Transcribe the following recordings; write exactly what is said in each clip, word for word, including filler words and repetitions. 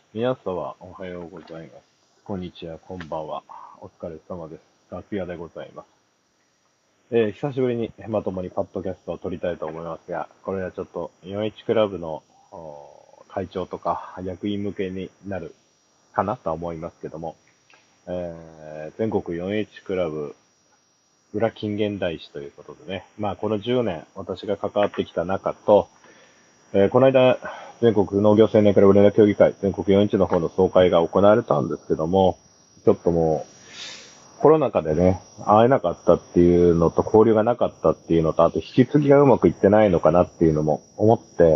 皆様、おはようございます。こんにちは、こんばんは。お疲れ様です。楽屋でございます。えー久しぶりにまともにパッドキャストを撮りたいと思いますが、これはちょっとよんじゅういちクラブのお会長とか役員向けになるかなとは思いますけども、えー全国よんじゅういちクラブ裏近現代史ということでね、まあこのじゅうねん私が関わってきた中と、えーこの間、全国農業青年から連絡協議会、全国よんじゅういちの方の総会が行われたんですけども、ちょっともう、コロナ禍でね、会えなかったっていうのと交流がなかったっていうのと、あと引き継ぎがうまくいってないのかなっていうのも思って、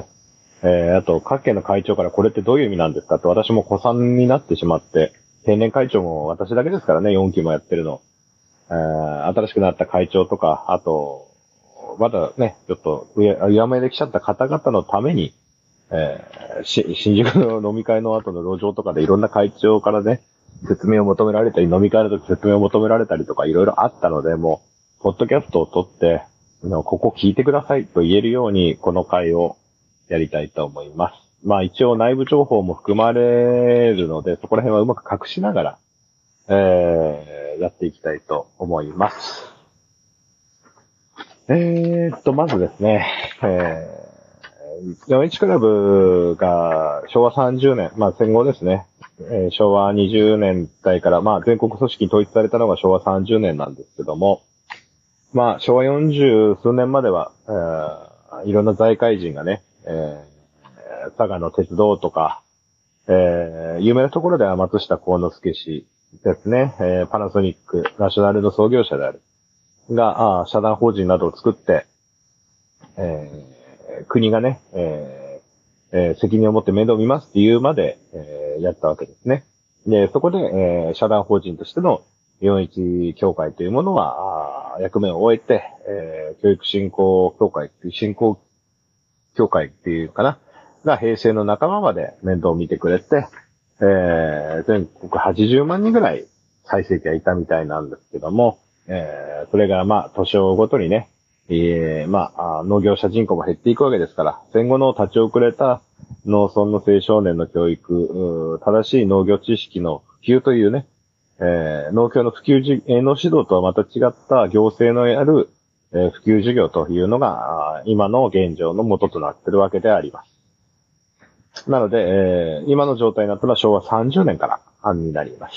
えー、あと各県の会長からこれってどういう意味なんですかって私も古参になってしまって、定年会長も私だけですからね、よんきもやってるの。えー、新しくなった会長とか、あと、まだね、ちょっと上、上目で来ちゃった方々のために、えー、し、新宿の飲み会の後の路上とかでいろんな会長からね、説明を求められたり、飲み会の時説明を求められたりとかいろいろあったので、もう、ポッドキャストを撮って、ここ聞いてくださいと言えるように、この回をやりたいと思います。まあ一応内部情報も含まれるので、そこら辺はうまく隠しながら、えー、やっていきたいと思います。えーっと、まずですね、えー、よんじゅういちクラブが昭和さんじゅうねん、まあ戦後ですね、えー昭和にじゅうねん代から、まあ全国組織に統一されたのが昭和さんじゅうねんなんですけども、まあ昭和よんじゅう数年までは、えー、いろんな財界人がね、えー、佐賀の鉄道とか、えー、有名なところでは松下幸之助氏ですね、えー、パナソニック、ナショナルの創業者である。が、あ社団法人などを作って、えー、国がね、えーえー責任を持って面倒を見ますっていうまで、えーやったわけですね。で、そこで、えー社団法人としてのよんじゅういち協会というものは、あ役目を終えて、えー教育振興協会、振興協会っていうかな、が平成の半ばまで面倒を見てくれて、えー全国はちじゅうまん人ぐらい最盛期はいたみたいなんですけども、えーそれがまあ、年をごとにね、えーまあ、農業者人口も減っていくわけですから、戦後の立ち遅れた農村の青少年の教育、正しい農業知識の普及というね、えー農協の普及じ、営農指導とはまた違った行政のやる、えー普及事業というのが、今の現状の元となっているわけであります。なので、えー今の状態になったのは昭和さんじゅうねんから案になります。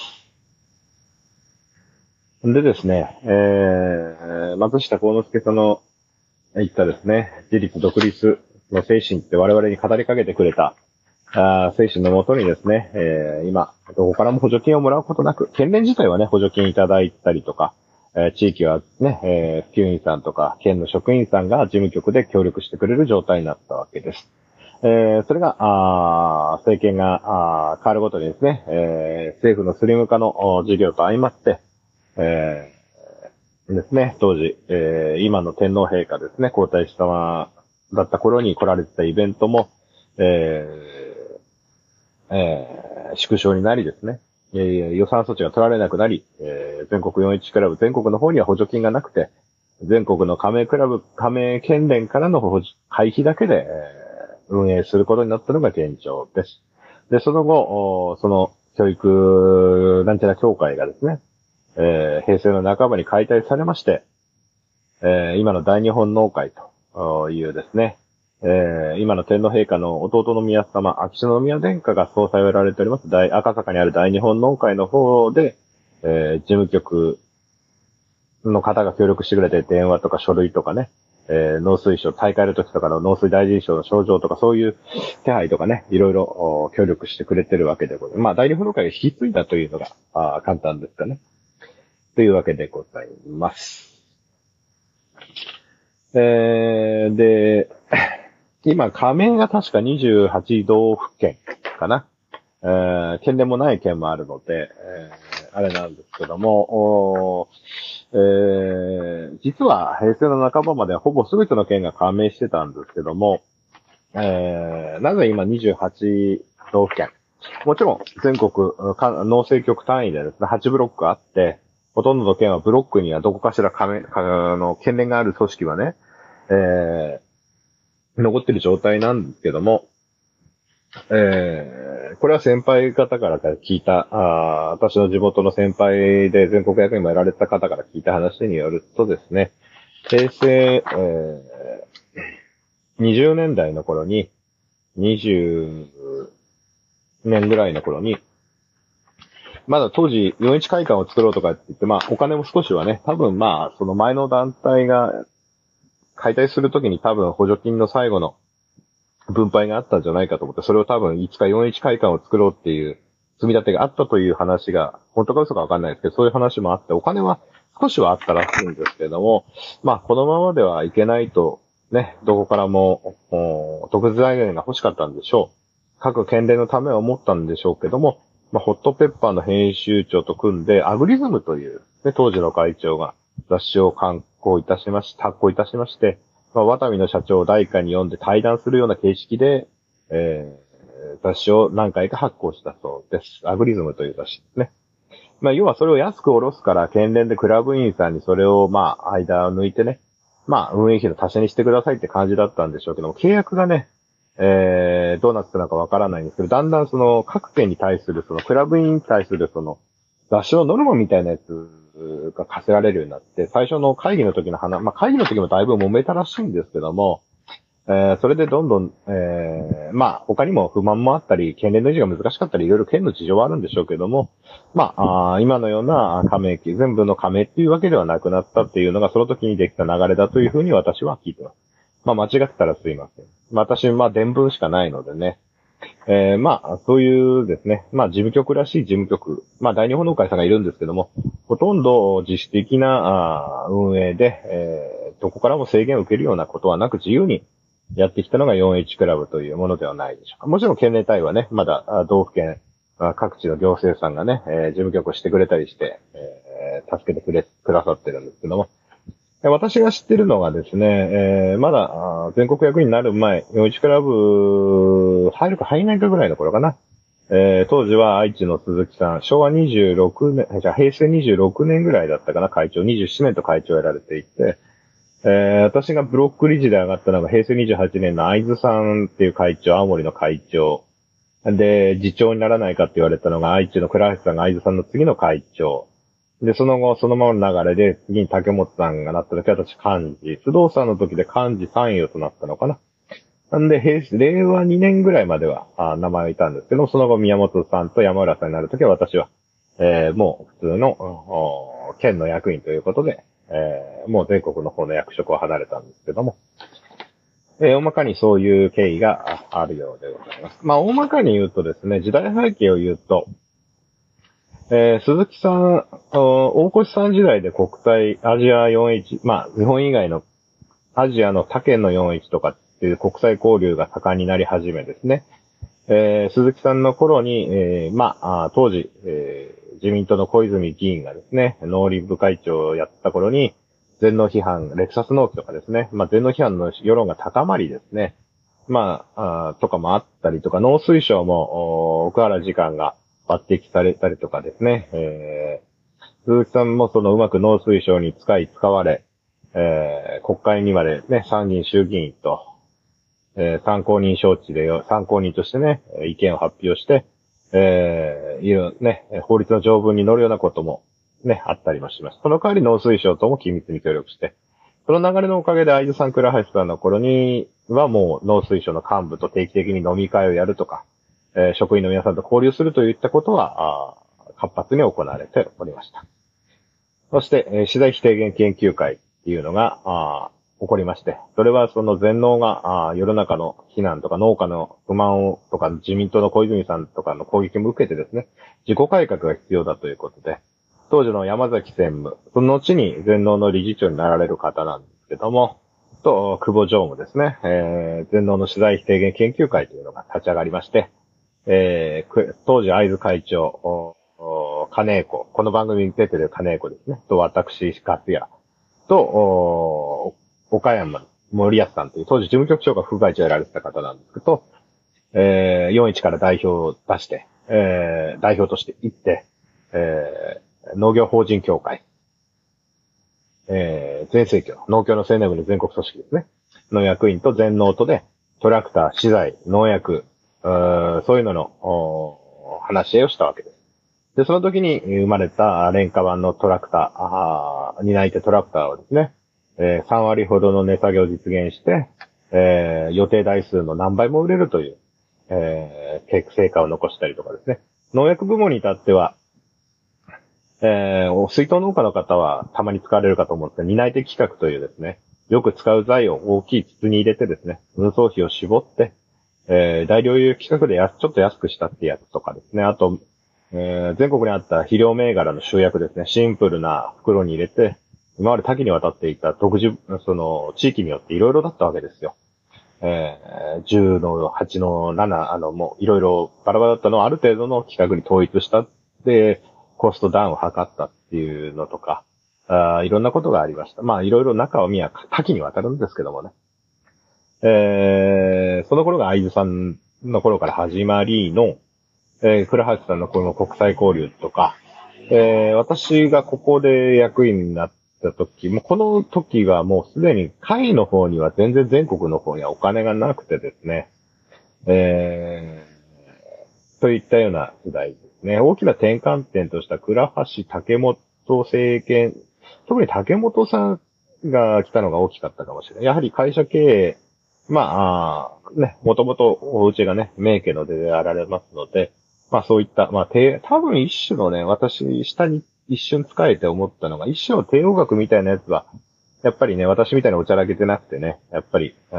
でですね、えー、松下幸之助さんの言ったですね、自立独立の精神って我々に語りかけてくれた、あ精神のもとにですね、えー、今、どこからも補助金をもらうことなく、県連自体はね、補助金いただいたりとか、えー、地域はね、えー、普及員さんとか、県の職員さんが事務局で協力してくれる状態になったわけです。えー、それが、あ政権があ変わるごとにですね、えー、政府のスリム化の事業と相まって、えー、ですね、当時、えー、今の天皇陛下ですね、皇太子様だった頃に来られてたイベントも、えー、えー、縮小になりですね、えー、予算措置が取られなくなり、えー、全国よんじゅういちクラブ、全国の方には補助金がなくて、全国の加盟クラブ、加盟県連からの会費だけで、えー運営することになったのが現状です。で、その後、その教育なんちゃら協会がですね、えー、平成の半ばに解体されまして、えー、今の大日本農会というですね、えー、今の天皇陛下の弟の宮様、秋篠宮殿下が総裁をやられております大、赤坂にある大日本農会の方で、えー、事務局の方が協力してくれて、電話とか書類とかね、えー、農水省、大会の時とかの農水大臣賞の賞状とかそういう手配とかね、いろいろ協力してくれてるわけでございます。まあ、大日本農会が引き継いだというのが、あ簡単ですかね。というわけでございます。えー、で、今、加盟が確かにじゅうはち道府県かな。えー、県でもない県もあるので、えー、あれなんですけども、えー、実は平成の半ばまではほぼ全ての県が加盟してたんですけども、えー、なぜ今にじゅうはち道府県。もちろん全国農政局単位でですね、はちブロックあって、ほとんどの県はブロックにはどこかしら加盟、あの、県連がある組織はね、えー、残ってる状態なんですけども、えー、これは先輩方から聞いた、あ私の地元の先輩で全国役員もやられた方から聞いた話によるとですね、平成、えー、にじゅうねんだいの頃に、にじゅうねんぐらいの頃に、まだ当時よんじゅういち会館を作ろうとかって言って、まあお金も少しはね、多分まあその前の団体が解体するときに多分補助金の最後の分配があったんじゃないかと思って、それを多分いつかよんじゅういち会館を作ろうっていう積み立てがあったという話が、本当か嘘かわかんないですけど、そういう話もあって、お金は少しはあったらしいんですけれども、まあこのままではいけないと、ね、どこからも、特別財源が欲しかったんでしょう。各県連のためは思ったんでしょうけども、まあ、ホットペッパーの編集長と組んで、アグリズムという、ね、当時の会長が雑誌を刊行いたしまし、発行いたしまして、まあ、ワタミの社長を代価に読んで対談するような形式で、えー、雑誌を何回か発行したそうです。アグリズムという雑誌ですね。まあ、要はそれを安く下ろすから、県連でクラブ員さんにそれを、まあ、間を抜いてね、まあ、運営費の足しにしてくださいって感じだったんでしょうけども、契約がね、えー、どうなってたのかわからないんですけど、だんだんその、各県に対する、その、クラブ員に対するその、雑誌のノルマみたいなやつが課せられるようになって、最初の会議の時の話、まあ、会議の時もだいぶ揉めたらしいんですけども、えー、それでどんどん、えー、まあ、他にも不満もあったり、県連の維持が難しかったり、いろいろ県の事情はあるんでしょうけども、まあ、あ今のような加盟期、全部の加盟っていうわけではなくなったっていうのが、その時にできた流れだというふうに私は聞いてます。まあ、間違ってたらすいません。私、まあ、伝聞しかないのでね。えー、まあ、そういうですね、まあ、事務局らしい事務局、まあ、大日本農会さんがいるんですけども、ほとんど自主的なあ運営で、えー、どこからも制限を受けるようなことはなく自由にやってきたのがよんじゅういちクラブというものではないでしょうか。もちろん県連対はね、まだ道府県、各地の行政さんがね、えー、事務局をしてくれたりして、えー、助けてくれ、くださってるんですけども、私が知ってるのがですね、えー、まだ全国役員になる前、よんじゅういちクラブ入るか入らないかぐらいの頃かな。えー、当時は愛知の鈴木さん、しょうわにじゅうろくねん、じゃあ平成にじゅうろくねんぐらいだったかな、会長、にじゅうななねんと会長をやられていて、えー、私がブロック理事で上がったのが平成にじゅうはちねんの会津さんっていう会長、青森の会長。で、次長にならないかって言われたのが愛知の倉橋さんが会津さんの次の会長。で、その後、そのままの流れで、次に竹本さんがなった時は私幹事。不動産の時で幹事参与となったのかな。なんで、平成、れいわにねんぐらいまでは、あ名前がいたんですけど、その後宮本さんと山浦さんになる時は私は、えー、もう普通の、県の役員ということで、えー、もう全国の方の役職を離れたんですけども、えー、大まかにそういう経緯があるようでございます。まあ、大まかに言うとですね、時代背景を言うと、えー、鈴木さん、大越さん時代で国体、アジアよんじゅういち、まあ、日本以外のアジアの他県のよんじゅういちとかっていう国際交流が盛んになり始めですね。えー、鈴木さんの頃に、えー、まあ、当時、えー、自民党の小泉議員がですね、農林部会長をやった頃に、全農批判、レクサス農機とかですね、まあ、全農批判の世論が高まりですね、まあ、あとかもあったりとか、農水省も、奥原次官が抜擢されたりとかですね、えー、鈴木さんもそのうまく農水省に使い使われ、えー、国会にまでね、参議院衆議院と、えー、参考人招致で、参考人としてね、意見を発表して、えー、いろね、法律の条文に載るようなこともね、あったりもします。その代わり農水省とも緊密に協力して、その流れのおかげで会津さん、倉橋さんの頃にはもう農水省の幹部と定期的に飲み会をやるとか、えー、職員の皆さんと交流するといったことは、あ活発に行われておりました。そして、えー、資材費低減研究会っていうのが、あ起こりまして、それはその全農が、あ世の中の非難とか農家の不満をとか自民党の小泉さんとかの攻撃も受けてですね、自己改革が必要だということで、当時の山崎専務、その後に全農の理事長になられる方なんですけども、と、久保常務ですね、えー、全農の資材費低減研究会というのが立ち上がりまして、えー、当時会津会長、金江子、この番組に出てる金江子ですね、と私、勝也、と、岡山森安さんという、当時事務局長が副会長をやられてた方なんですけど、えー、よんじゅういちから代表を出して、えー、代表として行って、えー、農業法人協会、えー、全盛協、農協の青年部の全国組織ですね、の役員と全農とで、トラクター、資材、農薬、そういうのの、 話し合いをしたわけです。で、その時に生まれた廉価版のトラクター、あー担い手トラクターをですね、えー、さん割ほどの値下げを実現して、えー、予定台数の何倍も売れるという、えー、成果を残したりとかですね。農薬部門に至っては、えー、水筒農家の方はたまに使われるかと思うんですが、担い手規格というですね、よく使う材を大きい筒に入れてですね、運送費を絞って、えー、大量輸規格でやちょっと安くしたってやつとかですね、あと、えー、全国にあった肥料銘柄の集約ですね、シンプルな袋に入れて、今まで多岐にわたっていた独自、その、地域によっていろいろだったわけですよ。えー、じゅうのはちのなな、あの、もういろいろバラバラだったのをある程度の規格に統一したって、コストダウンを図ったっていうのとか、あいろんなことがありました。まあ、いろいろ中を見は多岐にわたるんですけどもね。えー、その頃が会津さんの頃から始まりの、えー、倉橋さんのこの国際交流とか、えー、私がここで役員になった時、もうこの時はもうすでに会の方には全然全国の方にはお金がなくてですね、えー、といったような時代ですね。大きな転換点とした倉橋竹本政権、特に竹本さんが来たのが大きかったかもしれない。やはり会社経営、まあ、あね、もともとお家がね、名家の出であられますので、まあそういった、まあ低、多分一種のね、私、下に一瞬使えて思ったのが、一種の帝王学みたいなやつは、やっぱりね、私みたいにおちゃらけてなくてね、やっぱり、うん、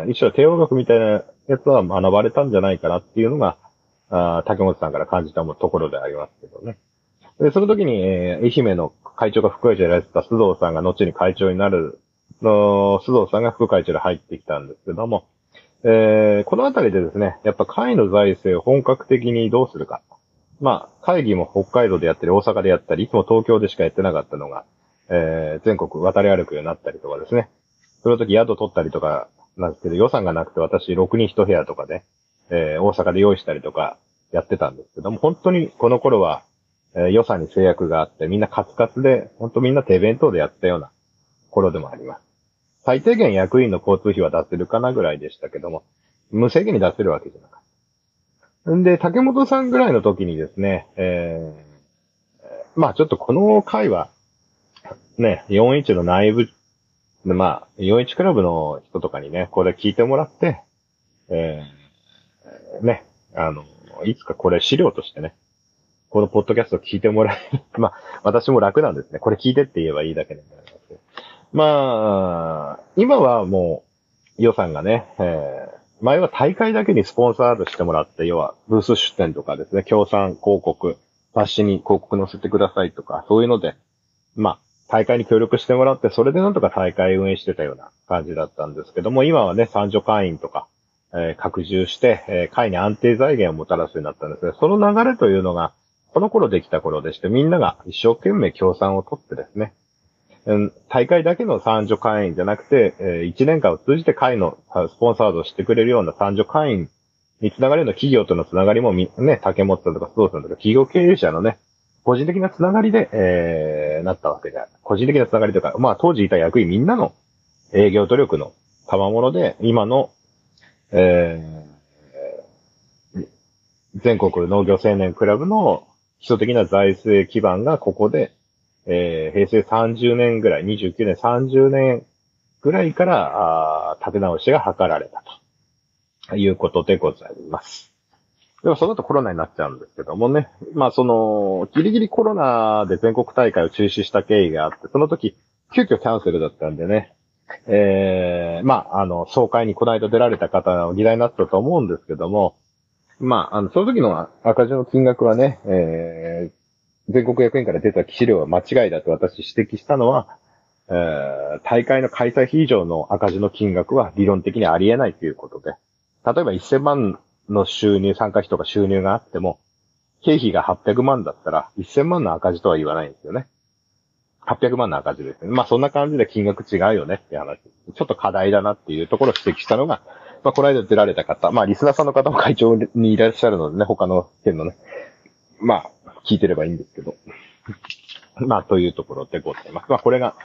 一種の帝王学みたいなやつは学ばれたんじゃないかなっていうのが、あ竹本さんから感じたところでありますけどね。で、その時に、えー、愛媛の会長が副会長やられてた須藤さんが後に会長になるの、須藤さんが副会長で入ってきたんですけども、えー、このあたりでですね、やっぱ会の財政を本格的にどうするか。まあ、会議も北海道でやったり、大阪でやったり、いつも東京でしかやってなかったのが、えー、全国渡り歩くようになったりとかですね。その時宿取ったりとかなんですけど、予算がなくて私ろくにんいち部屋とかで、えー、大阪で用意したりとかやってたんですけども、本当にこの頃は、えー、予算に制約があって、みんなカツカツで、本当みんな手弁当でやったような頃でもあります。最低限役員の交通費は出せるかなぐらいでしたけども、無制限に出せるわけじゃなかった。んで、竹本さんぐらいの時にですね、えー、まあちょっとこの回は、ね、よんじゅういちの内部、まあ、よんじゅういちクラブの人とかにね、これ聞いてもらって、えー、ね、あの、いつかこれ資料としてね、このポッドキャストを聞いてもらえる。まあ、私も楽なんですね。これ聞いてって言えばいいだけなんですけど。まあ、今はもう予算がね、えー、前は大会だけにスポンサードしてもらって、要はブース出展とかですね、協賛広告、雑誌に広告載せてくださいとか、そういうので、まあ、大会に協力してもらって、それでなんとか大会運営してたような感じだったんですけども、今はね、参助会員とか、えー、拡充して、えー、会に安定財源をもたらすようになったんですね。その流れというのが、この頃できた頃でして、みんなが一生懸命協賛を取ってですね、大会だけの参助会員じゃなくて、いちねんかんを通じて会のスポンサードをしてくれるような参助会員につながるような企業とのつながりもね、竹本さんとか須藤さんとか企業経営者のね、個人的なつながりで、えー、なったわけである。個人的なつながりというか、まあ当時いた役員みんなの営業努力の賜物で、今の、えー、全国農業青年クラブの基礎的な財政基盤がここで、えー、平成さんじゅうねんぐらい、にじゅうきゅうねん、さんじゅうねんぐらいから、あ立て直しが図られたということでございます。でもその後コロナになっちゃうんですけどもね。まあその、ギリギリコロナで全国大会を中止した経緯があって、その時、急遽キャンセルだったんでね。えー、まああの、総会にこの間出られた方の議題になったと思うんですけども、まああの、その時の赤字の金額はね、えー、全国役員から出た資料は間違いだと私指摘したのは、えー、大会の開催費以上の赤字の金額は理論的にありえないということで、例えばせんまんの収入、参加費とか収入があっても、経費がはっぴゃくまんだったらせんまんの赤字とは言わないんですよね。はっぴゃくまんの赤字ですね。まあそんな感じで金額違うよねっていう話。ちょっと課題だなっていうところを指摘したのが、まあこの間出られた方、まあリスナーさんの方も会長にいらっしゃるのでね、他の県のね、まあ聞いてればいいんですけど。まあというところでございます。まあこれが、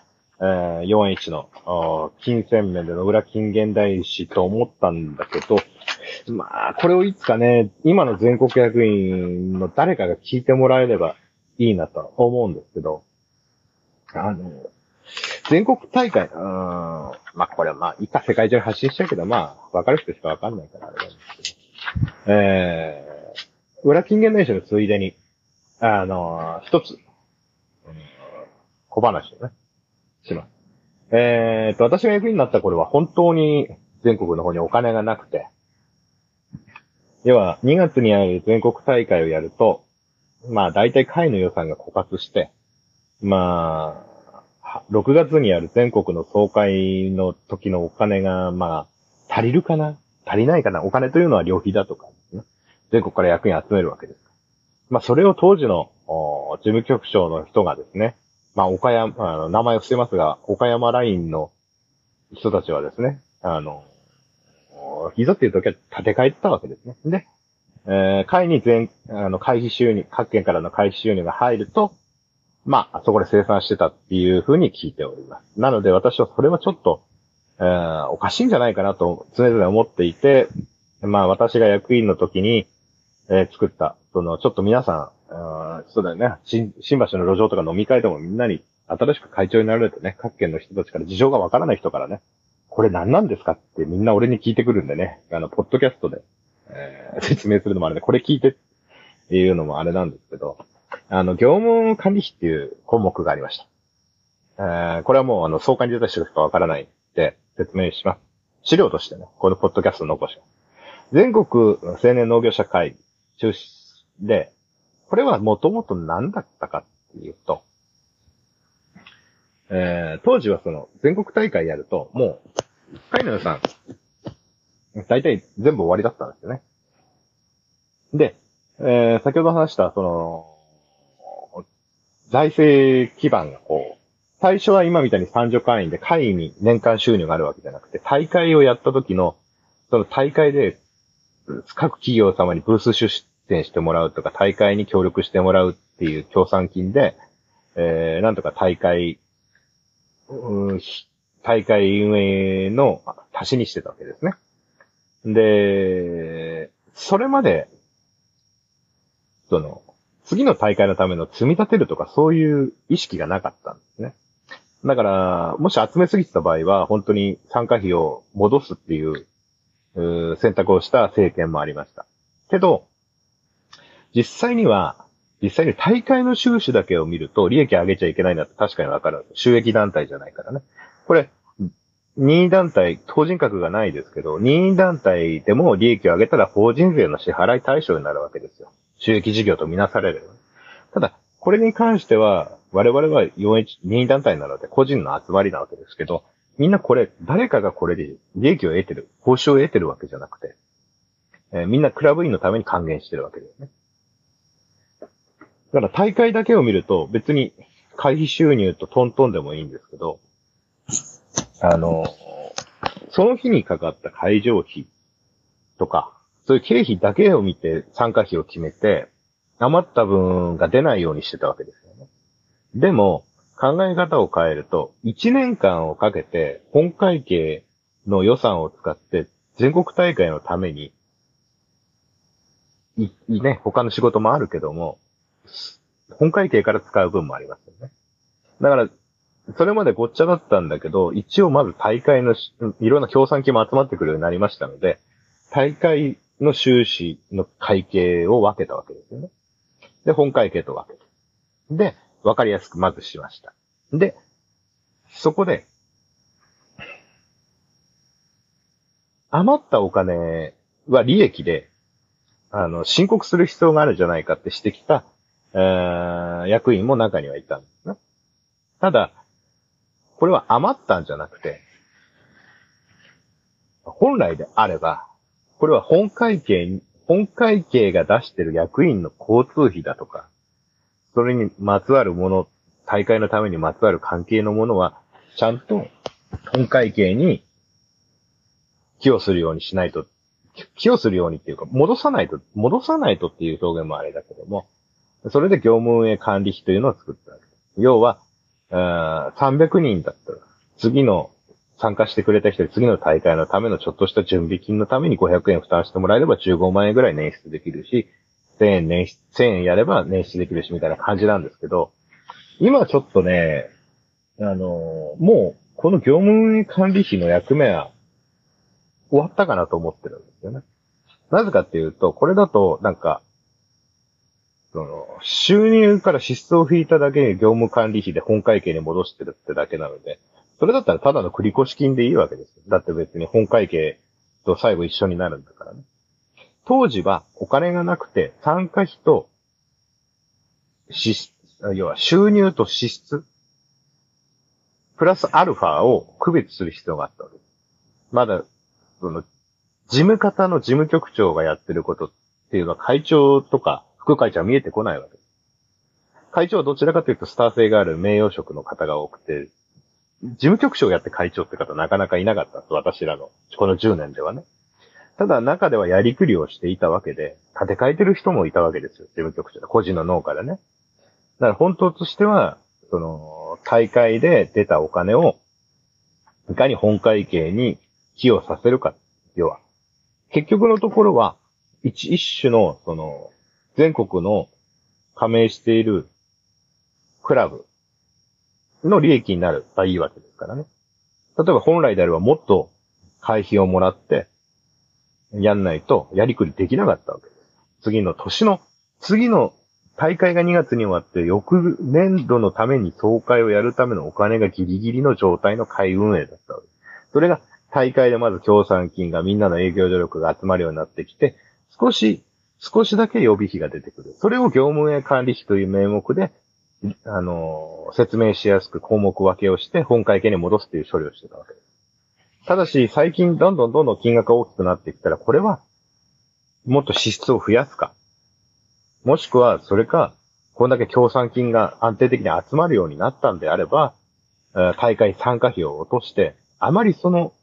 えー、よんじゅういちの、金銭面での裏金現代史と思ったんだけど、まあ、これをいつかね、今の全国役員の誰かが聞いてもらえればいいなと思うんですけど、あの、全国大会、うーん、まあこれはまあ、いか世界中に発信しちゃうけど、まあ、わかる人しかわかんないからあれなんですけど、えー、裏金現代史のついでに、あの、一つ、うん、小話をね、します。えーと、私が役員になった頃は本当に全国の方にお金がなくて、要はにがつにある全国大会をやると、まあ大体会の予算が枯渇して、まあ、ろくがつにある全国の総会の時のお金が、まあ、足りるかな足りないかなお金というのは旅費だとか、ね、全国から役員集めるわけです。まあそれを当時の事務局長の人がですね、まあ岡山、あの名前を伏せますが、岡山ラインの人たちはですね、あの、いざっていう時は立て替えてたわけですね。で、えー、会に全、あの、会費収入、各県からの会費収入が入ると、まあ、そこで生産してたっていうふうに聞いております。なので私はそれはちょっと、えー、おかしいんじゃないかなと常々思っていて、まあ私が役員の時に、えー、作った、その、ちょっと皆さん、あそうだよね、新、新橋の路上とか飲み会でもみんなに新しく会長になられてね、各県の人たちから事情がわからない人からね、これ何なんですかってみんな俺に聞いてくるんでね、あの、ポッドキャストで、えー、説明するのもあれで、これ聞いてっていうのもあれなんですけど、あの、業務管理費っていう項目がありました。えー、これはもうあの、総会に出た人しかわからないって説明します。資料としてね、このポッドキャストの残します。全国青年農業者会議中止で、これはもともと何だったかっていうと、えー、当時はその、全国大会やると、もう、会の予算、大体全部終わりだったんですよね。で、えー、先ほど話した、その、財政基盤がこう、最初は今みたいに参助会員で会員に年間収入があるわけじゃなくて、大会をやった時の、その大会で、各企業様にブース出展してもらうとか、大会に協力してもらうっていう協賛金で、えー、なんとか大会、うん、大会運営の足しにしてたわけですね。で、それまで、その、次の大会のための積み立てるとかそういう意識がなかったんですね。だから、もし集めすぎてた場合は、本当に参加費を戻すっていう、う選択をした政権もありました。けど、実際には、実際に大会の収支だけを見ると、利益上げちゃいけないなって確かにわかる。収益団体じゃないからね。これ、任意団体、法人格がないですけど、任意団体でも利益を上げたら法人税の支払い対象になるわけですよ。収益事業とみなされる。ただ、これに関しては、我々はよんじゅういち任意団体なので個人の集まりなわけですけど、みんなこれ、誰かがこれで利益を得てる、報酬を得てるわけじゃなくて、えー、みんなクラブ員のために還元してるわけですね。だから大会だけを見ると別に会費収入とトントンでもいいんですけど、あの、その日にかかった会場費とか、そういう経費だけを見て参加費を決めて、余った分が出ないようにしてたわけですよね。でも、考え方を変えると、いちねんかんをかけて本会計の予算を使って全国大会のために、い、いね、他の仕事もあるけども、本会計から使う分もありますよね。だから、それまでごっちゃだったんだけど、一応まず大会のいろんな協賛金も集まってくるようになりましたので、大会の収支の会計を分けたわけですよね。で、本会計と分けた。で、分かりやすくまずしました。で、そこで、余ったお金は利益で、あの、申告する必要があるんじゃないかってしてきた、えー、役員も中にはいたんですね。ただ、これは余ったんじゃなくて、本来であれば、これは本会計に、本会計が出している役員の交通費だとか、それにまつわるもの、大会のためにまつわる関係のものは、ちゃんと本会計に寄与するようにしないと、寄与するようにっていうか、戻さないと、戻さないとっていう表現もあれだけども、それで業務運営管理費というのを作ったわけです。要は、 さんびゃくにんだったら、次の参加してくれた人に次の大会のためのちょっとした準備金のためにごひゃくえん負担してもらえればじゅうごまん円ぐらい捻出できるし、せんえん捻出、せんえんやれば捻出できるしみたいな感じなんですけど、今ちょっとね、あの、もうこの業務運営管理費の役目は終わったかなと思ってるんですよね。なぜかっていうと、これだとなんか、その、収入から支出を引いただけに業務管理費で本会計に戻してるってだけなので、それだったらただの繰越金でいいわけですよ。だって別に本会計と最後一緒になるんだからね。当時はお金がなくて参加費と支出、要は収入と支出、プラスアルファを区別する必要があったわけです。まだ、その、事務方の事務局長がやってることっていうのは会長とか副会長は見えてこないわけです。会長はどちらかというとスター性がある名誉職の方が多くて、事務局長をやって会長って方なかなかいなかったんです。私らの、このじゅうねんではね。ただ中ではやりくりをしていたわけで、立て替えてる人もいたわけですよ。事務局長。個人の農家でね。だから本当としては、その、大会で出たお金を、いかに本会計に寄与させるか。要は。結局のところは、一、一種の、その、全国の加盟しているクラブの利益になるばいいわけですからね。例えば本来であればもっと会費をもらってやんないとやりくりできなかったわけです。次の年の、次の大会がにがつに終わって翌年度のために総会をやるためのお金がギリギリの状態の会運営だったわけです。それが大会でまず協賛金がみんなの営業努力が集まるようになってきて、少し、少しだけ予備費が出てくる。それを業務運営管理費という名目であの、説明しやすく項目分けをして本会計に戻すという処理をしてたわけです。ただし、最近どんどんどんどん金額が大きくなってきたら、これは、もっと支出を増やすか。もしくは、それか、こんだけ協賛金が安定的に集まるようになったんであれば、大会参加費を落として、あまりその、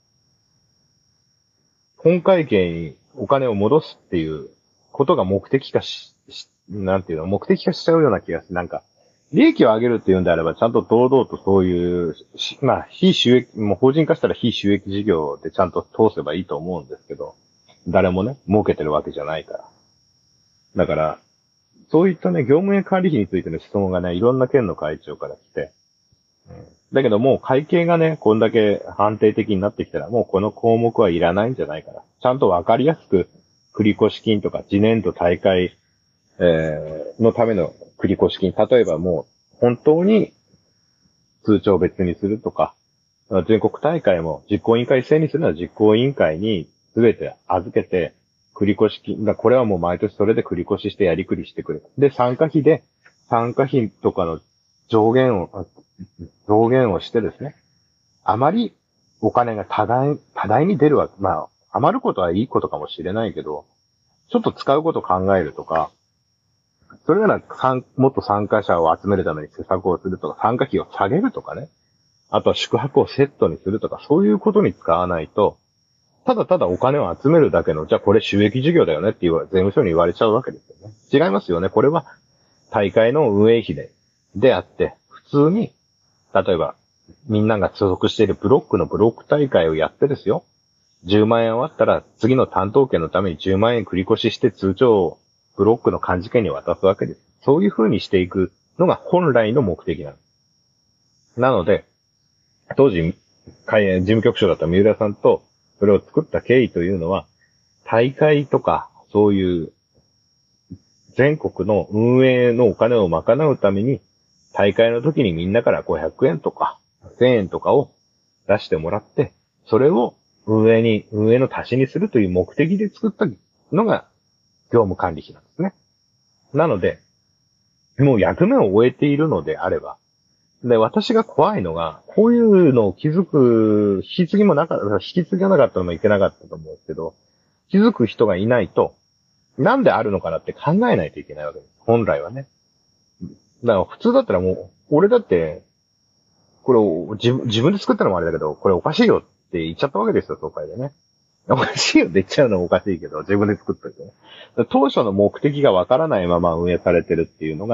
本会計にお金を戻すっていうことが目的化し、なんていうの、目的化しちゃうような気がして、なんか、利益を上げるっていうんであれば、ちゃんと堂々とそういう、まあ、非収益、もう法人化したら非収益事業でちゃんと通せばいいと思うんですけど、誰もね、儲けてるわけじゃないから。だから、そういったね、業務営管理費についての質問がね、いろんな県の会長から来て、うん、だけどもう会計がね、こんだけ安定的になってきたら、もうこの項目はいらないんじゃないかな。ちゃんとわかりやすく、繰越金とか、次年度大会、えー、のための繰越金。例えばもう、本当に通帳を別にするとか、全国大会も実行委員会制にするのは実行委員会に全て預けて、繰越金、だこれはもう毎年それで繰越してやりくりしてくれる。で、参加費で、参加費とかの上限を、上限をしてですね、あまりお金が多大、多大に出るわけ。まあ、余ることはいいことかもしれないけど、ちょっと使うことを考えるとか、それなら、もっと参加者を集めるために施策をするとか、参加費を下げるとかね。あとは宿泊をセットにするとか、そういうことに使わないと、ただただお金を集めるだけの、じゃあこれ収益事業だよねって言わ、税務署に言われちゃうわけですよね。違いますよね。これは大会の運営費で、であって、普通に、例えば、みんなが所属しているブロックのブロック大会をやってですよ。じゅうまん円終わったら、次の担当権のためにじゅうまん円繰り越しして通帳をブロックの幹事権に渡すわけです。そういう風にしていくのが本来の目的なの。なので、当時、事務局長だった三浦さんと、それを作った経緯というのは、大会とか、そういう全国の運営のお金を賄うために、大会の時にみんなからごひゃくえんとかせんえんとかを出してもらって、それを運営に、運営の足しにするという目的で作ったのが業務管理費なんですね。なので、もう役目を終えているのであれば、で、私が怖いのが、こういうのを気づく、引き継ぎもなかった、引き継がなかったのもいけなかったと思うんですけど、気づく人がいないと、なんであるのかなって考えないといけないわけです。本来はね。だから普通だったらもう、俺だって、これを自分、自分で作ったのもあれだけど、これおかしいよって言っちゃったわけですよ、総会でね。おかしいよって言っちゃうのもおかしいけど、自分で作っといてね。当初の目的がわからないまま運営されてるっていうのが、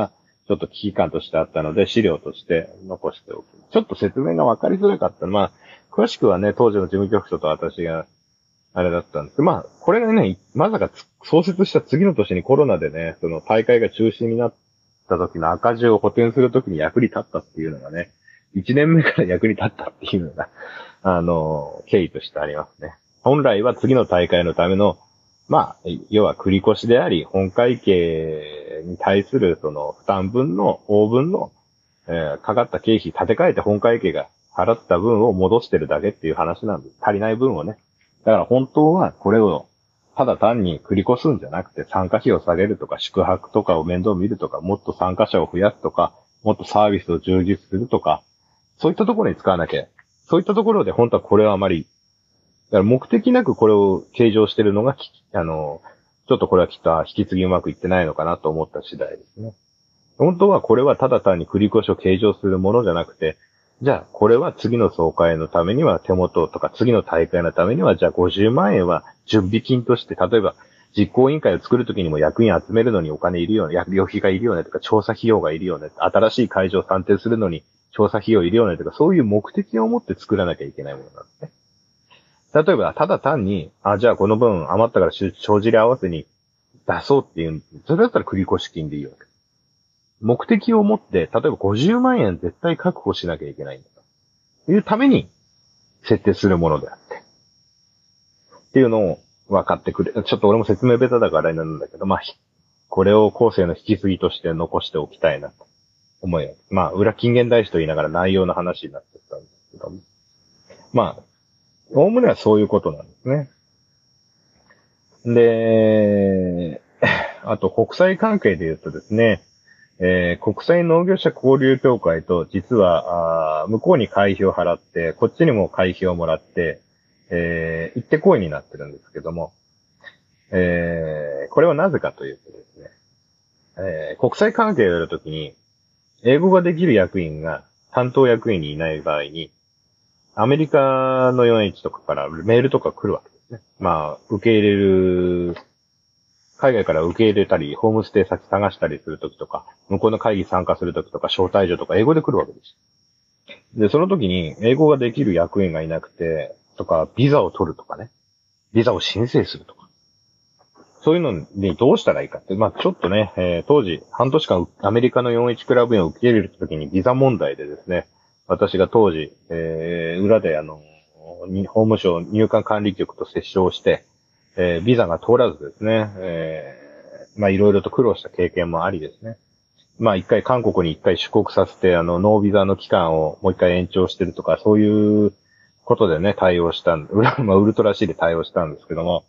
ちょっと危機感としてあったので、資料として残しておく。ちょっと説明が分かりづらかった。まあ、詳しくはね、当時の事務局長と私が、あれだったんですけど、まあ、これがね、まさか創設した次の年にコロナでね、その大会が中止になった時の赤字を補填する時に役に立ったっていうのがね、いちねんめから役に立ったっていうのが、あの、経緯としてありますね。本来は次の大会のための、まあ、要は繰り越しであり、本会計に対するその負担分の、大分の、えー、かかった経費立て替えて本会計が払った分を戻してるだけっていう話なんです。足りない分をね。だから本当はこれをただ単に繰り越すんじゃなくて参加費を下げるとか宿泊とかを面倒見るとかもっと参加者を増やすとかもっとサービスを充実するとかそういったところに使わなきゃ。そういったところで本当はこれはあまり、だから目的なくこれを計上してるのが、あの、ちょっとこれはきっと引き継ぎうまくいってないのかなと思った次第ですね。本当はこれはただ単に繰り越しを計上するものじゃなくて、じゃあこれは次の総会のためには手元とか次の大会のためにはじゃあごじゅうまん円は準備金として、例えば実行委員会を作るときにも役員集めるのにお金いるよね、旅費がいるよねとか調査費用がいるよね、新しい会場を算定するのに調査費用いるよねとかそういう目的を持って作らなきゃいけないものなんですね。例えばただ単に、あ、じゃあこの分余ったから帳尻合わせに出そうっていう、それだったら繰越金でいいわけ。目的を持って、例えばごじゅうまん円絶対確保しなきゃいけないんだというために設定するものであって。っていうのを分かってくれ。ちょっと俺も説明ベタだからあれなんだけど、まあ、これを後世の引き継ぎとして残しておきたいなと思います。まあ、裏近現代史と言いながら内容の話になってたんですけども。まあ、おおむねはそういうことなんですね。で、あと国際関係で言うとですね、えー、国際農業者交流協会と実はあ向こうに会費を払って、こっちにも会費をもらって、えー、行ってこいになってるんですけども、えー、これはなぜかというとですね、えー、国際関係をやるときに、英語ができる役員が担当役員にいない場合に、アメリカの よんエイチ とかからメールとか来るわけですね。まあ、受け入れる、海外から受け入れたり、ホームステイ先探したりするときとか、向こうの会議参加するときとか、招待状とか英語で来るわけです。で、その時に英語ができる役員がいなくて、とか、ビザを取るとかね。ビザを申請するとか。そういうのにどうしたらいいかって、まあちょっとね、えー、当時、半年間アメリカの よんエイチ クラブ員を受け入れるときにビザ問題でですね、私が当時、えー、裏であの、法務省入管管理局と折衝して、えー、ビザが通らずですね、えー、まあいろいろと苦労した経験もありですね。まあ一回韓国に一回出国させて、あの、ノービザの期間をもう一回延長してるとか、そういうことでね、対応したん、まあウルトラ C で対応したんですけども、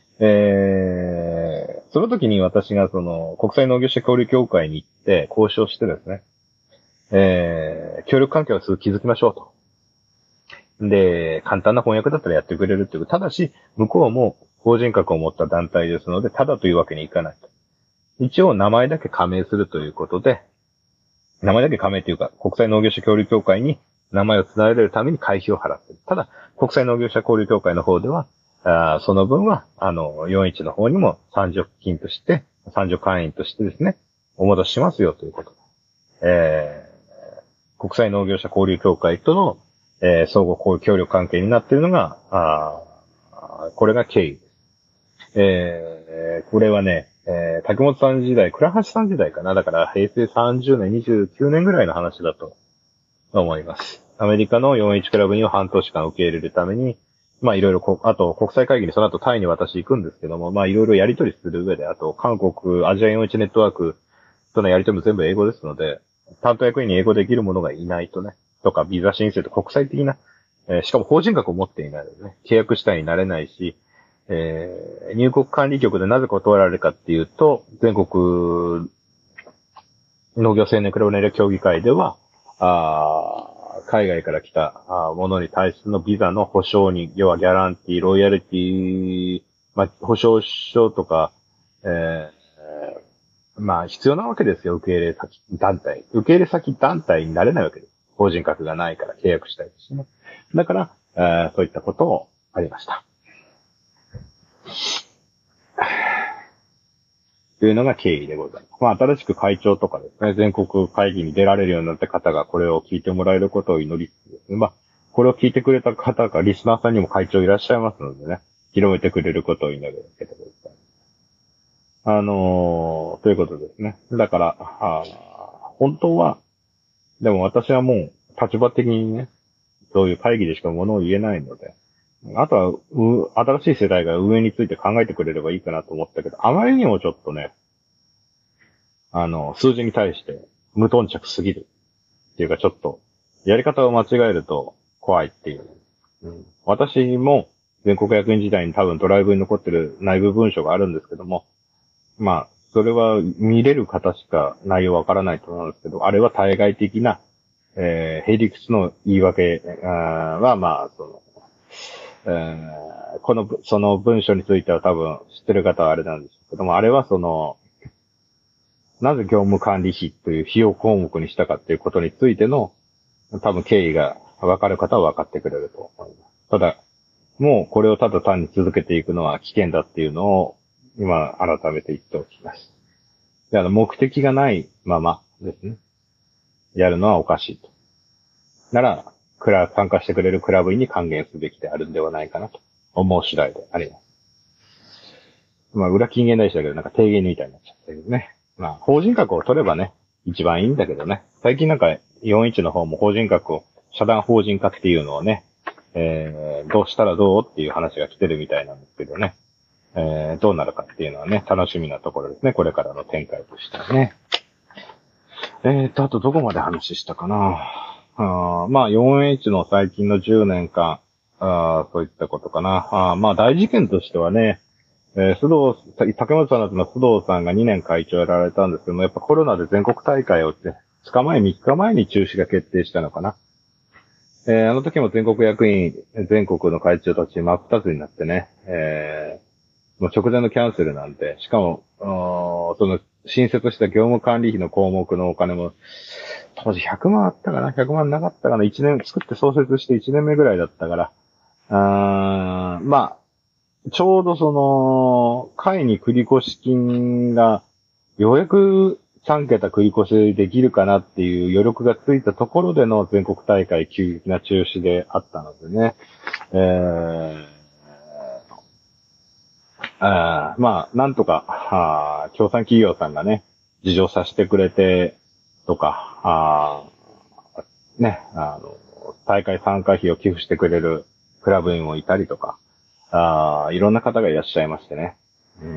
えー、その時に私がその、国際農業者交流協会に行って交渉してですね、えー、協力関係をすぐ築きましょうと。で、簡単な翻訳だったらやってくれるっていう。ただし、向こうも法人格を持った団体ですので、ただというわけにいかないと。一応名前だけ加盟するということで、名前だけ加盟というか、国際農業者交流協会に名前をつなげるために会費を払っている。ただ、国際農業者交流協会の方では、あその分は、あの、よんエイチの方にも参助金として、参助会員としてですね、お戻ししますよということで。えー、国際農業者交流協会との、えー、相互交協力関係になっているのが、あこれが経緯です。えー、これはね、えー、竹本さん時代、倉橋さん時代かな。だから平成さんじゅうねん、にじゅうきゅうねんぐらいの話だと思います。アメリカの よんエイチ クラブ員を半年間受け入れるために、まあいろいろ、あと国際会議にその後タイに私行くんですけども、まあいろいろやり取りする上で、あと韓国、アジア よんエイチ ネットワークとのやり取りも全部英語ですので、担当役員に英語できる者がいないとね、とかビザ申請と国際的な、えー、しかも法人格を持っていないのでね、契約主体になれないし、えー、入国管理局でなぜ断られるかっていうと、全国農業青年クラブネ協議会では、あ海外から来たものに対してのビザの保証に、要はギャランティー、ロイヤリティ、まあ、保証書とか、えー、まあ、必要なわけですよ、受け入れ先団体。受け入れ先団体になれないわけです。法人格がないから契約したいですね。だから、えー、そういったことをありました。 というのが経緯でございます。まあ、新しく会長とかですね、全国会議に出られるようになった方がこれを聞いてもらえることを祈りつつですね。まあ、これを聞いてくれた方がリスナーさんにも会長いらっしゃいますのでね、広めてくれることを祈るわけでございます。あのー、ということですね。だから、あ本当は、でも私はもう立場的にね、そういう会議でしかものを言えないので、あとは、う、新しい世代が上について考えてくれればいいかなと思ったけど、あまりにもちょっとね、あの、数字に対して無頓着すぎる。っていうかちょっと、やり方を間違えると怖いっていう。うん、私も全国役員時代に多分ドライブに残ってる内部文書があるんですけども、まあ、それは見れる方しか内容わからないと思うんですけど、あれは対外的な、えー、並理屈の言い訳は、まあ、その、えー、この、その文書については多分知ってる方はあれなんですけども、あれはその、なぜ業務管理費という費用項目にしたかっていうことについての、多分経緯がわかる方は分かってくれると思います。ただ、もうこれをただ単に続けていくのは危険だっていうのを、今改めて言っておきます。で、あの、目的がないままですね。やるのはおかしいと。なら、クラ、参加してくれるクラブ員に還元すべきであるんではないかなと思う次第であります。まあ、裏金言大使だけどなんか提言みたいになっちゃったけどね。まあ、法人格を取ればね、一番いいんだけどね。最近なんかよんじゅういちの方も法人格を、社団法人化っていうのをね、えー、どうしたらどうっていう話が来てるみたいなんですけどね。えー、どうなるかっていうのはね、楽しみなところですね。これからの展開としてはね。えーと、あとどこまで話したかな。あまあ、よんエイチ の最近のじゅうねんかん、あそういったことかな。あまあ、大事件としてはね、えー、須藤、竹本さんだとの須藤さんがにねん会長やられたんですけども、やっぱコロナで全国大会をって、ふつかまえ、みっかまえに中止が決定したのかな。えー、あの時も全国役員、全国の会長たち真っ二つになってね、えー、もう直前のキャンセルなんで、しかも、その、新設した業務管理費の項目のお金も、当時ひゃくまんあったかな ?ひゃく 万なかったかな ?いち 年、作って創設していちねんめぐらいだったから、あーまあ、ちょうどその、会に繰越金が、ようやくさん桁繰越できるかなっていう余力がついたところでの全国大会急激な中止であったのでね、えー、あまあ、なんとか、あ協賛企業さんがね、事情させてくれて、とか、あね、あの、大会参加費を寄付してくれるクラブ員もいたりとか、あいろんな方がいらっしゃいましてね。うん、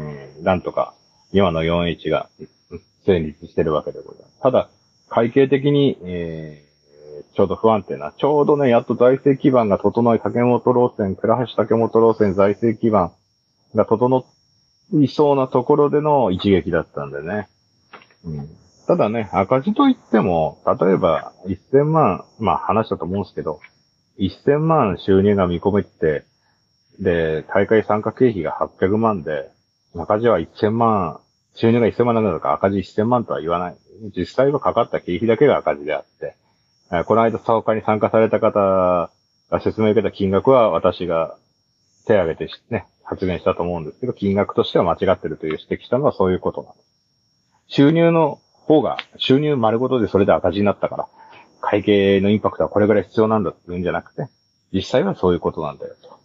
なんとか、今の よんエイチ が成立してるわけでございます。ただ、会計的に、えー、ちょうど不安定な、ちょうどね、やっと財政基盤が整い、竹本路線、倉橋竹本路線財政基盤が整いそうなところでの一撃だったんでね。うん、ただね、赤字といっても、例えばせんまん、まあ話したと思うんですけど、せんまん収入が見込めて、で、大会参加経費がはっぴゃくまんで、赤字はせんまん、収入がせんまんなんだから赤字せんまんとは言わない。実際はかかった経費だけが赤字であって、この間、サオカに参加された方が説明を受けた金額は私が手を挙げてね、発言したと思うんですけど、金額としては間違ってるという指摘したのはそういうことなんです。収入の方が、収入丸ごとでそれで赤字になったから、会計のインパクトはこれぐらい必要なんだって言うんじゃなくて、実際はそういうことなんだよと。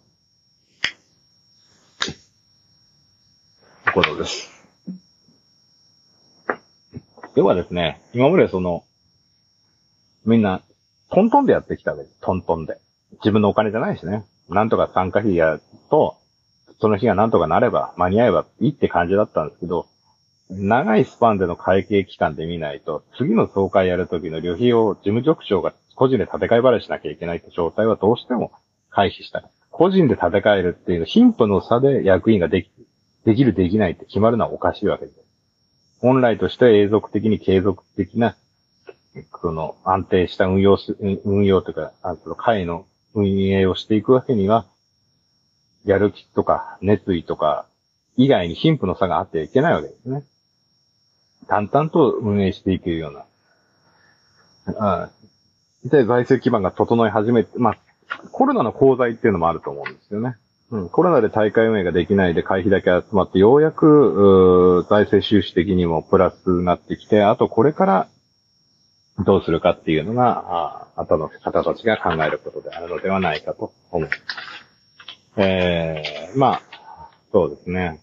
ところです。要はですね、今までその、みんな、トントンでやってきたわけです。トントンで。自分のお金じゃないしね。なんとか参加費やと、その日がなんとかなれば、間に合えばいいって感じだったんですけど、長いスパンでの会計期間で見ないと、次の総会やるときの旅費を事務局長が個人で立て替え払いしなきゃいけないって状態はどうしても回避したい。個人で立て替えるっていう貧富の差で役員ができ、できるできないって決まるのはおかしいわけです。本来として永続的に継続的な、その安定した運用す、運用というか、あの会の運営をしていくわけには、やる気とか熱意とか以外に貧富の差があってはいけないわけですね。淡々と運営していけるような。ああで、財政基盤が整い始めて、まあ、コロナの功罪っていうのもあると思うんですよね。 うん、コロナで大会運営ができないで会費だけ集まって、ようやく、う財政収支的にもプラスになってきて、あとこれからどうするかっていうのが、あ後の方たちが考えることであるのではないかと思う。えー、まあ、そうですね。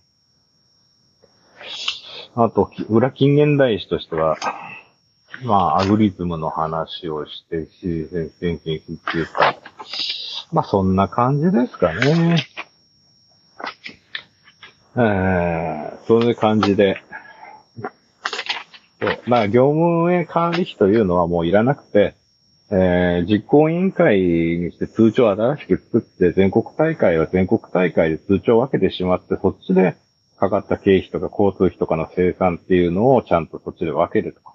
あと、裏近現代史としては、まあ、アグリズムの話をして、自然先進必修会。まあ、そんな感じですかね。えー、そういう感じで。そうまあ、業務運営管理費というのはもういらなくて、えー、実行委員会にして通帳を新しく作って、全国大会は全国大会で通帳を分けてしまって、そっちでかかった経費とか交通費とかの生産っていうのをちゃんとそっちで分けるとか。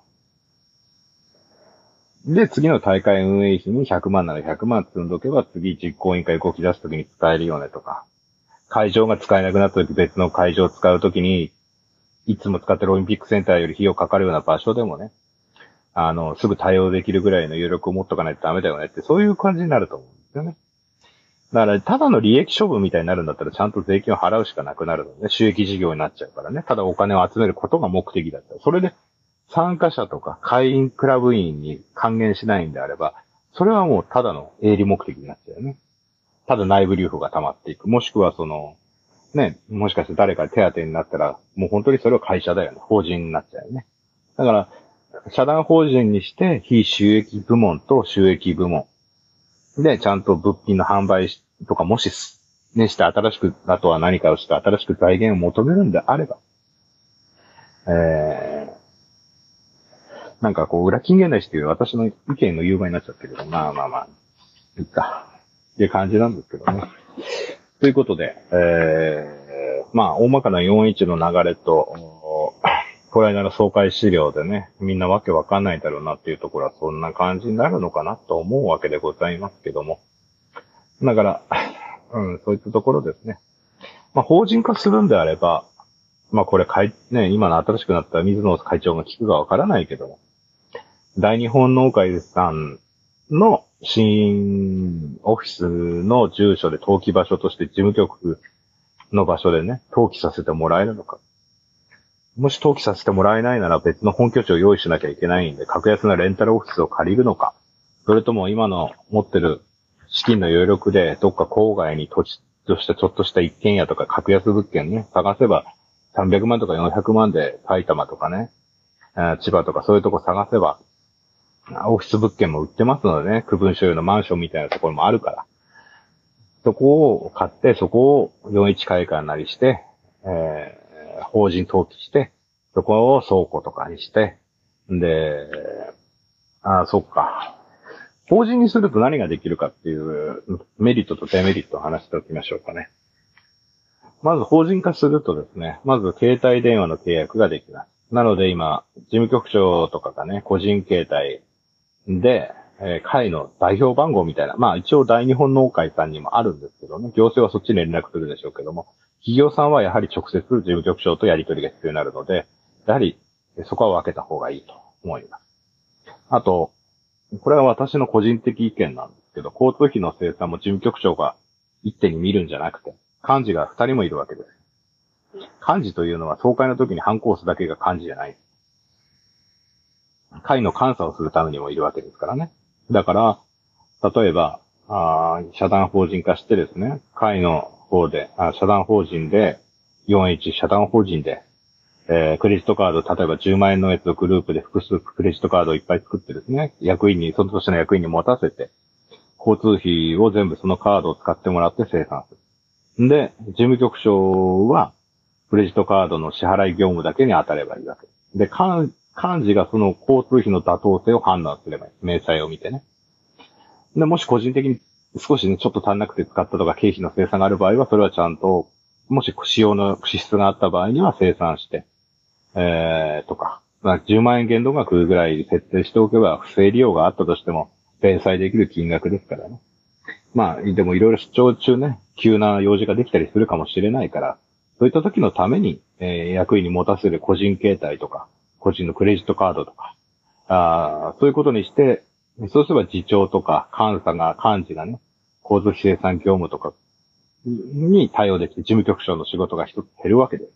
で、次の大会運営費にひゃくまんならひゃくまん積んどけば、次実行委員会動き出すときに使えるよねとか。会場が使えなくなったとき別の会場を使うときに、いつも使ってるオリンピックセンターより費用かかるような場所でもね、あの、すぐ対応できるぐらいの余力を持っとかないとダメだよねって、そういう感じになると思うんですよね。だから、ただの利益処分みたいになるんだったら、ちゃんと税金を払うしかなくなるので、収益事業になっちゃうからね。ただお金を集めることが目的だったら。それで、参加者とか会員クラブ員に還元しないんであれば、それはもうただの営利目的になっちゃうよね。ただ内部留保が溜まっていく。もしくはその、ね、もしかして誰か手当になったら、もう本当にそれは会社だよね。法人になっちゃうよね。だから、社団法人にして、非収益部門と収益部門。で、ちゃんと物品の販売とか、もし、ね、して新しく、あとは何かをして新しく財源を求めるんであれば、えー、なんかこう、裏金現代史っていう私の意見の言う場になっちゃったけど、まあまあまあ、いっか。っていう感じなんですけどね。ということで、えー、まあ、大まかなよんじゅういちの流れと、この間の総会資料でね、みんなわけわかんないだろうなっていうところはそんな感じになるのかなと思うわけでございますけども。だから、うん、そういったところですね。まあ、法人化するんであれば、まあこれ会、ね、今の新しくなった水野会長が聞くかわからないけども、大日本農会さんの新オフィスの住所で登記場所として事務局の場所でね、登記させてもらえるのか。もし登記させてもらえないなら別の本拠地を用意しなきゃいけないんで、格安なレンタルオフィスを借りるのか。それとも今の持ってる資金の余力でどっか郊外に土地としてちょっとした一軒家とか格安物件ね、探せばさんびゃくまんとかよんひゃくまんで埼玉とかね、千葉とかそういうとこ探せば、オフィス物件も売ってますのでね、区分所有のマンションみたいなところもあるから。そこを買って、そこをよんじゅういち会館なりして、えー、法人登記して、そこを倉庫とかにして、で、ああ、そっか。法人にすると何ができるかっていうメリットとデメリットを話しておきましょうかね。まず法人化するとですね、まず携帯電話の契約ができます。なので今、事務局長とかがね、個人携帯で、えー、会の代表番号みたいな、まあ一応大日本農会さんにもあるんですけどね、行政はそっちに連絡するでしょうけども、企業さんはやはり直接事務局長とやり取りが必要になるので、やはりそこは分けた方がいいと思います。あと、これは私の個人的意見なんですけど、交通費の生産も事務局長が一手に見るんじゃなくて、幹事が二人もいるわけです。幹事というのは総会の時に反抗すだけが幹事じゃない。会の監査をするためにもいるわけですからね。だから、例えば、あ社団法人化してですね、会の方で、あ社団法人で、よんじゅういち社団法人で、えー、クレジットカード、例えばじゅうまん円のやつをグループで複数クレジットカードをいっぱい作ってですね、役員に、その年の役員に持たせて、交通費を全部そのカードを使ってもらって生産する。で、事務局長は、クレジットカードの支払い業務だけに当たればいいわけ。で、幹事がその交通費の妥当性を判断すればいい。明細を見てね。で、もし個人的に少しね、ちょっと足んなくて使ったとか経費の生産がある場合は、それはちゃんと、もし使用の支出があった場合には生産して、えー、とか、まあ、じゅうまん円限度額ぐらい設定しておけば、不正利用があったとしても、弁済できる金額ですからね。まあ、でもいろいろ出張中ね、急な用事ができたりするかもしれないから、そういった時のために、えー、役員に持たせる個人携帯とか、個人のクレジットカードとか、あそういうことにして、そうすれば次長とか監査が、幹事がね、交通費生産業務とかに対応できて、事務局長の仕事が一つ減るわけです。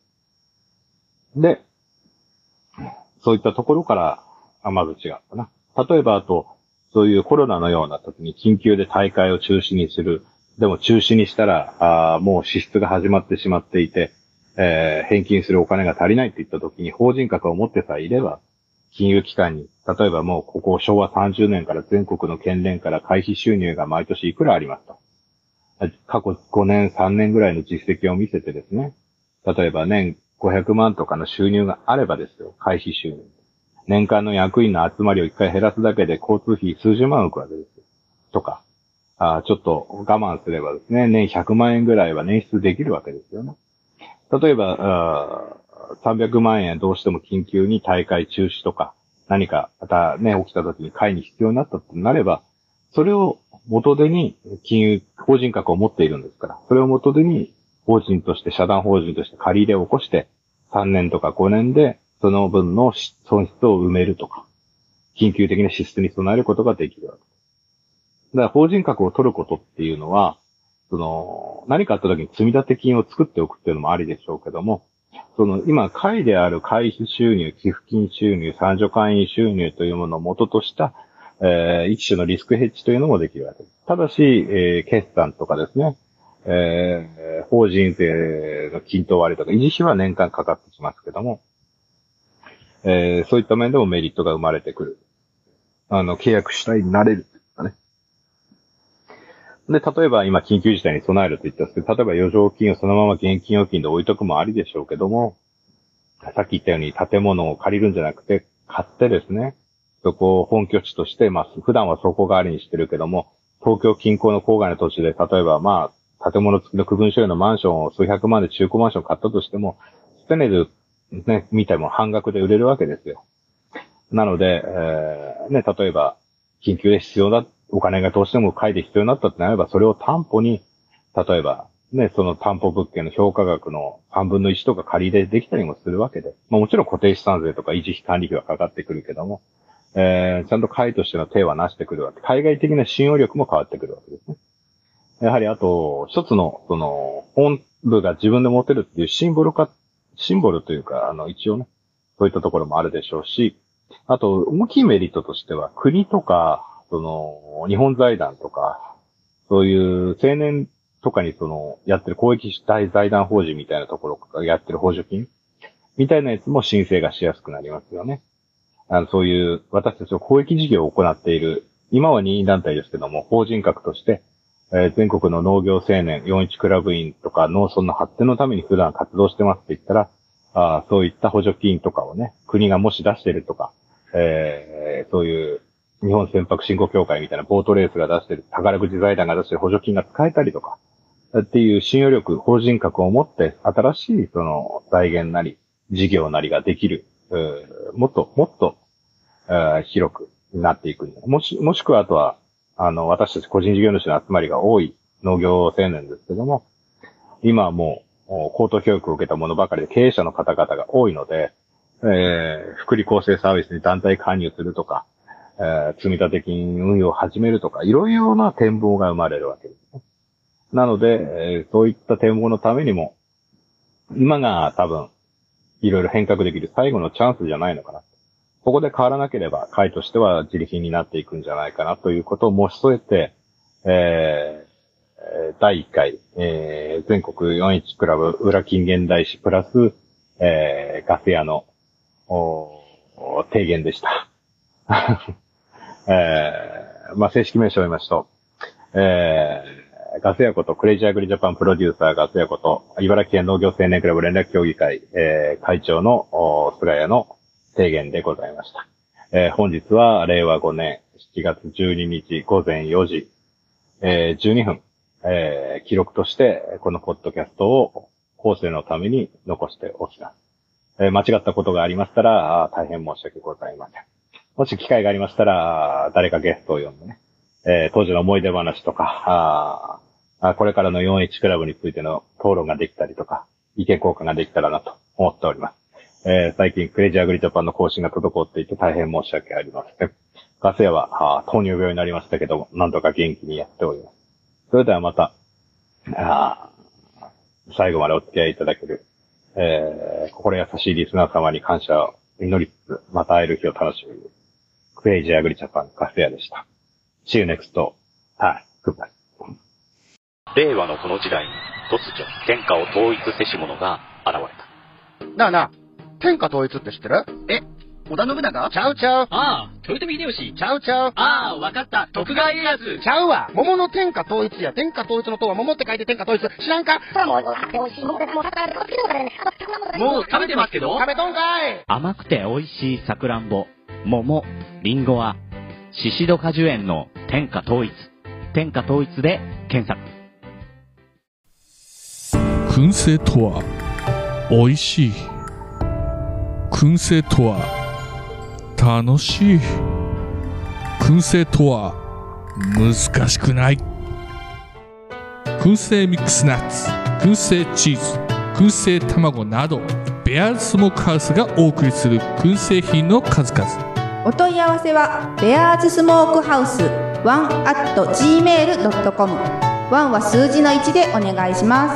で、そういったところから、あまず違ったな。例えば、あと、そういうコロナのような時に緊急で大会を中止にする。でも中止にしたら、あもう支出が始まってしまっていて、えー、返金するお金が足りないって言った時に法人格を持ってさえいれば、金融機関に、例えばもうここ昭和さんじゅうねんから全国の県連から会費収入が毎年いくらありますと。過去ごねん、さんねんぐらいの実績を見せてですね。例えば年ごひゃくまんとかの収入があればですよ、会費収入。年間の役員の集まりを一回減らすだけで交通費数十万浮くわけですよ。とか、あちょっと我慢すればですね、年ひゃくまんえんぐらいは捻出できるわけですよね。例えば、さんびゃくまんえんどうしても緊急に大会中止とか、何かまたね、起きた時に会に必要になったとなれば、それを元手に金融、法人格を持っているんですから、それを元手に法人として、社団法人として借り入れを起こして、さんねんとかごねんでその分の損失を埋めるとか、緊急的な支出に備えることができるわけです。だから法人格を取ることっていうのは、その、何かあった時に積立金を作っておくっていうのもありでしょうけども、その、今、会である会費収入、寄付金収入、参助会員収入というものを元とした、えー、一種のリスクヘッジというのもできるわけです。ただし、えー、決算とかですね、えー、法人税の均等割とか、維持費は年間かかってきますけども、えー、そういった面でもメリットが生まれてくる。あの、契約主体になれるとかね。で、例えば今緊急事態に備えると言ったんですけど、例えば余剰金をそのまま現金預金で置いとくもありでしょうけども、さっき言ったように建物を借りるんじゃなくて、買ってですね、そこを本拠地として、まあ、普段はそこ代わりにしてるけども、東京近郊の郊外の土地で、例えばまあ、建物付きの区分所有のマンションを数百万で中古マンション買ったとしても、ステネル、ね、見ても半額で売れるわけですよ。なので、えー、ね、例えば、緊急で必要だ、お金がどうしても買いで必要になったってなれば、それを担保に、例えば、ね、その担保物件の評価額のさんぶんのいちとか借り入れできたりもするわけで、まあもちろん固定資産税とか維持費管理費はかかってくるけども、えー、ちゃんと会としての手はなしてくるわけ。海外的な信用力も変わってくるわけですね。やはりあと、一つの、その、本部が自分で持てるっていうシンボル化、シンボルというか、あの、一応ね、そういったところもあるでしょうし、あと、大きいメリットとしては、国とか、その、日本財団とか、そういう青年とかにその、やってる公益大財団法人みたいなところがやってる補助金みたいなやつも申請がしやすくなりますよね。あの、そういう、私たちの公益事業を行っている、今は任意団体ですけども、法人格として、えー、全国の農業青年、よんじゅういちクラブ員とか農村の発展のために普段活動してますって言ったら、あそういった補助金とかをね、国がもし出してるとか、えー、そういう日本船舶振興協会みたいなボートレースが出してる、宝くじ財団が出してる補助金が使えたりとか、っていう信用力、法人格を持って新しいその財源なり、事業なりができる、もっともっと広くなっていく。もし、もしくはあとは、あの、私たち個人事業主の集まりが多い農業青年ですけども、今はもう高等教育を受けたものばかりで経営者の方々が多いので、えー、福利厚生サービスに団体加入するとか、えー、積立金運用を始めるとか、いろいろな展望が生まれるわけですね。なので、えー、そういった展望のためにも、今が多分、いろいろ変革できる最後のチャンスじゃないのかな。ここで変わらなければ、会としては自利品になっていくんじゃないかなということを申し添えて、えー、だいいっかい、えー、全国よんじゅういちクラブ裏近現代史プラス、えー、ガス屋の提言でした。えー、まあ、正式名称を言いますと、えー、ガス屋ことクレイジーアグリジャパンプロデューサーガス屋こと茨城県農業青年クラブ連絡協議会、えー、会長の菅谷の提言でございました。えー、本日はれいわごねんしちがつじゅうににちごぜんよじ、えー、じゅうにふん、えー、記録としてこのポッドキャストを後世のために残しておきます。えー、間違ったことがありましたら大変申し訳ございません。もし機会がありましたら誰かゲストを呼んでね、えー、当時の思い出話とか、あこれからのよんじゅういちクラブについての討論ができたりとか、意見交換ができたらなと思っております。えー、最近クレイジーアグリジャパンの更新が滞っていて大変申し訳ありません。ガス屋は糖尿病になりましたけども、なんとか元気にやっております。それではまた、あ最後までお付き合いいただける、えー、心優しいリスナー様に感謝を祈りつつ、また会える日を楽しみに。クレイジーアグリジャパンカスヤでした。See you next time. Goodbye. 令和のこの時代に突如天下を統一せし者が現れた。 なあなあ、天下統一って知ってる？ え、織田信長？ ちゃうちゃう。 ああ、豊臣秀吉。 ちゃうちゃう。 ああ、わかった。徳川家康。 ちゃうわ。桃の天下統一や。天下統一の塔は桃って書いて天下統一。知らんか？ もう食べてますけど。 食べとんかい。 甘くて美味しいさくらんぼ、桃、りんごは、シシド果樹園の天下統一。天下統一で検索。 燻製とは美味しい。燻製とは楽しい。燻製とは難しくない。燻製ミックスナッツ、燻製チーズ、燻製卵など、ベアーズスモークハウスがお送りする燻製品の数々。 お問い合わせはベアーズスモークハウスワンアットジーメールドットコム。ワンは数字のいちでお願いします。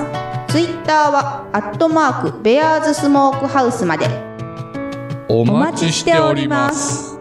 ツイッターはアットマークベアーズスモークハウスまで。 お待ちしております。